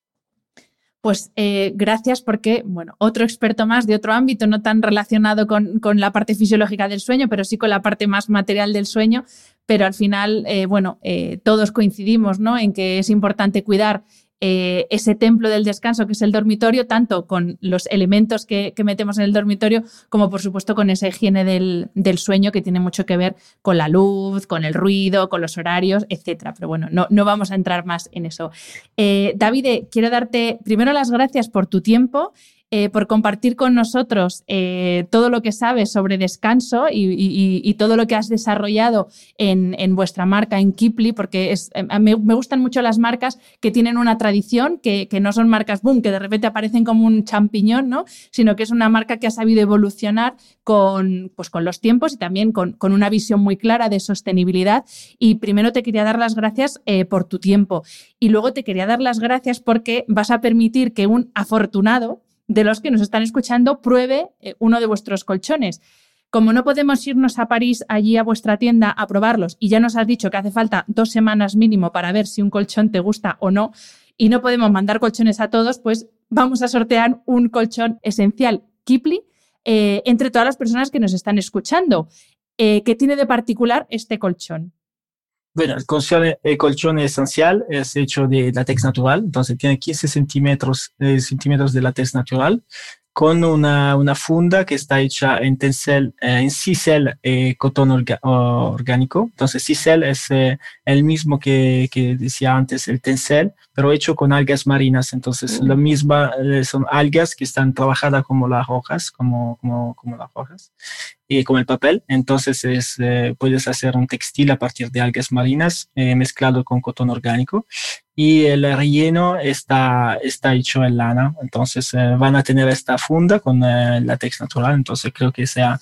Pues eh, gracias porque, bueno, otro experto más de otro ámbito, no tan relacionado con, con la parte fisiológica del sueño, pero sí con la parte más material del sueño, pero al final, eh, bueno, eh, todos coincidimos, ¿no?, en que es importante cuidar eh, ese templo del descanso que es el dormitorio, tanto con los elementos que, que metemos en el dormitorio como, por supuesto, con esa higiene del, del sueño que tiene mucho que ver con la luz, con el ruido, con los horarios, etcétera. Pero bueno, no, no vamos a entrar más en eso. Eh, Davide, quiero darte primero las gracias por tu tiempo, eh, por compartir con nosotros eh, todo lo que sabes sobre descanso y, y, y todo lo que has desarrollado en, en vuestra marca, en Keeply, porque es, eh, me, me gustan mucho las marcas que tienen una tradición, que, que no son marcas boom, que de repente aparecen como un champiñón, ¿no?, sino que es una marca que ha sabido evolucionar con, pues, con los tiempos y también con, con una visión muy clara de sostenibilidad. Y primero te quería dar las gracias eh, por tu tiempo y luego te quería dar las gracias porque vas a permitir que un afortunado de los que nos están escuchando pruebe eh, uno de vuestros colchones. Como no podemos irnos a París, allí a vuestra tienda a probarlos, y ya nos has dicho que hace falta dos semanas mínimo para ver si un colchón te gusta o no, y no podemos mandar colchones a todos, pues vamos a sortear un colchón esencial Keeply eh, entre todas las personas que nos están escuchando. Eh, ¿Qué tiene de particular este colchón? Bueno, el colchón, el colchón esencial es hecho de látex natural, entonces tiene quince centímetros, eh, centímetros de látex natural, con una, una funda que está hecha en tencel, eh, en sisal eh, cotón orga, orgánico. Entonces sisal es eh, el mismo que, que decía antes, el tencel, pero hecho con algas marinas. Entonces, mm. lo mismo eh, son algas que están trabajadas como las hojas, como, como, como las hojas, y como el papel. Entonces, es, eh, puedes hacer un textil a partir de algas marinas eh, mezclado con cotón orgánico. Y el relleno está, está hecho en lana. Entonces, eh, van a tener esta funda con eh, látex natural. Entonces, creo que sea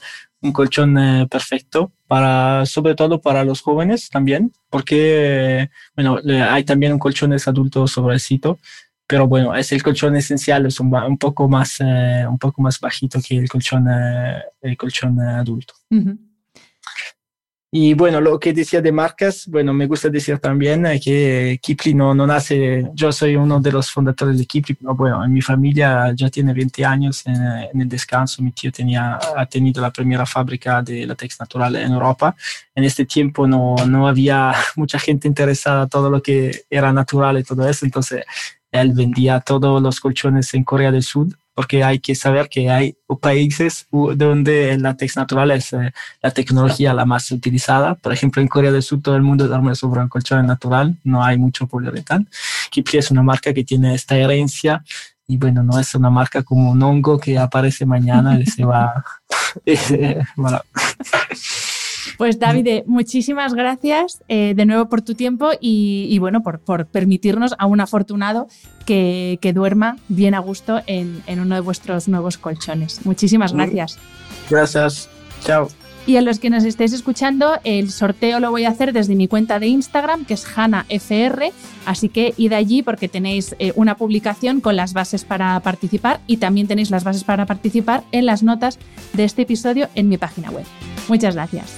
un colchón eh, perfecto, para, sobre todo para los jóvenes también, porque, bueno, hay también un colchones adultos suavecito, pero bueno, es el colchón esencial, es un, un poco más, eh, un poco más bajito que el colchón, eh, el colchón eh, adulto. Uh-huh. Y bueno, lo que decía de marcas, bueno, me gusta decir también que Kipling no, no nace, yo soy uno de los fundadores de Kipling, pero bueno, en mi familia ya tiene veinte años en, en el descanso, mi tío tenía, ha tenido la primera fábrica de látex natural en Europa. En este tiempo no, no había mucha gente interesada en todo lo que era natural y todo eso, entonces él vendía todos los colchones en Corea del Sur, porque hay que saber que hay países donde el látex natural es eh, la tecnología la más utilizada. Por ejemplo, en Corea del Sur todo el mundo duerme sobre un colchón natural, no hay mucho poliuretano. Kipling es una marca que tiene esta herencia y bueno, no es una marca como un hongo que aparece mañana y se va... voilà. Pues Davide, muchísimas gracias eh, de nuevo por tu tiempo y, y bueno, por, por permitirnos a un afortunado que, que duerma bien a gusto en, en uno de vuestros nuevos colchones. Muchísimas gracias. Gracias. Chao. Y a los que nos estéis escuchando, el sorteo lo voy a hacer desde mi cuenta de Instagram, que es HannahFR, así que id allí porque tenéis eh, una publicación con las bases para participar y también tenéis las bases para participar en las notas de este episodio en mi página web. Muchas gracias.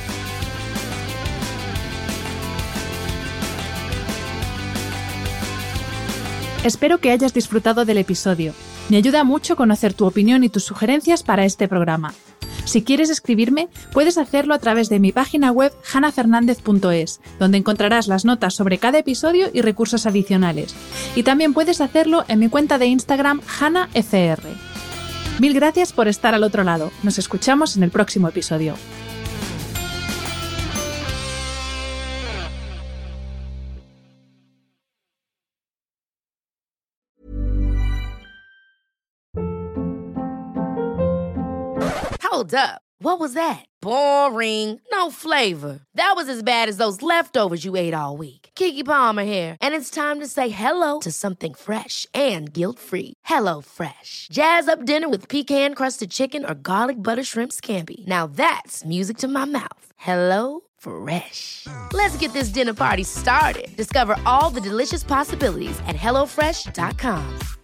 Espero que hayas disfrutado del episodio. Me ayuda mucho conocer tu opinión y tus sugerencias para este programa. Si quieres escribirme, puedes hacerlo a través de mi página web hannah fernandez punto es, donde encontrarás las notas sobre cada episodio y recursos adicionales. Y también puedes hacerlo en mi cuenta de Instagram HannahFR. Mil gracias por estar al otro lado. Nos escuchamos en el próximo episodio. Hold up. What was that? Boring. No flavor. That was as bad as those leftovers you ate all week. Keke Palmer here, and it's time to say hello to something fresh and guilt-free. Hello Fresh. Jazz up dinner with pecan-crusted chicken or garlic butter shrimp scampi. Now that's music to my mouth. Hello Fresh. Let's get this dinner party started. Discover all the delicious possibilities at hello fresh dot com.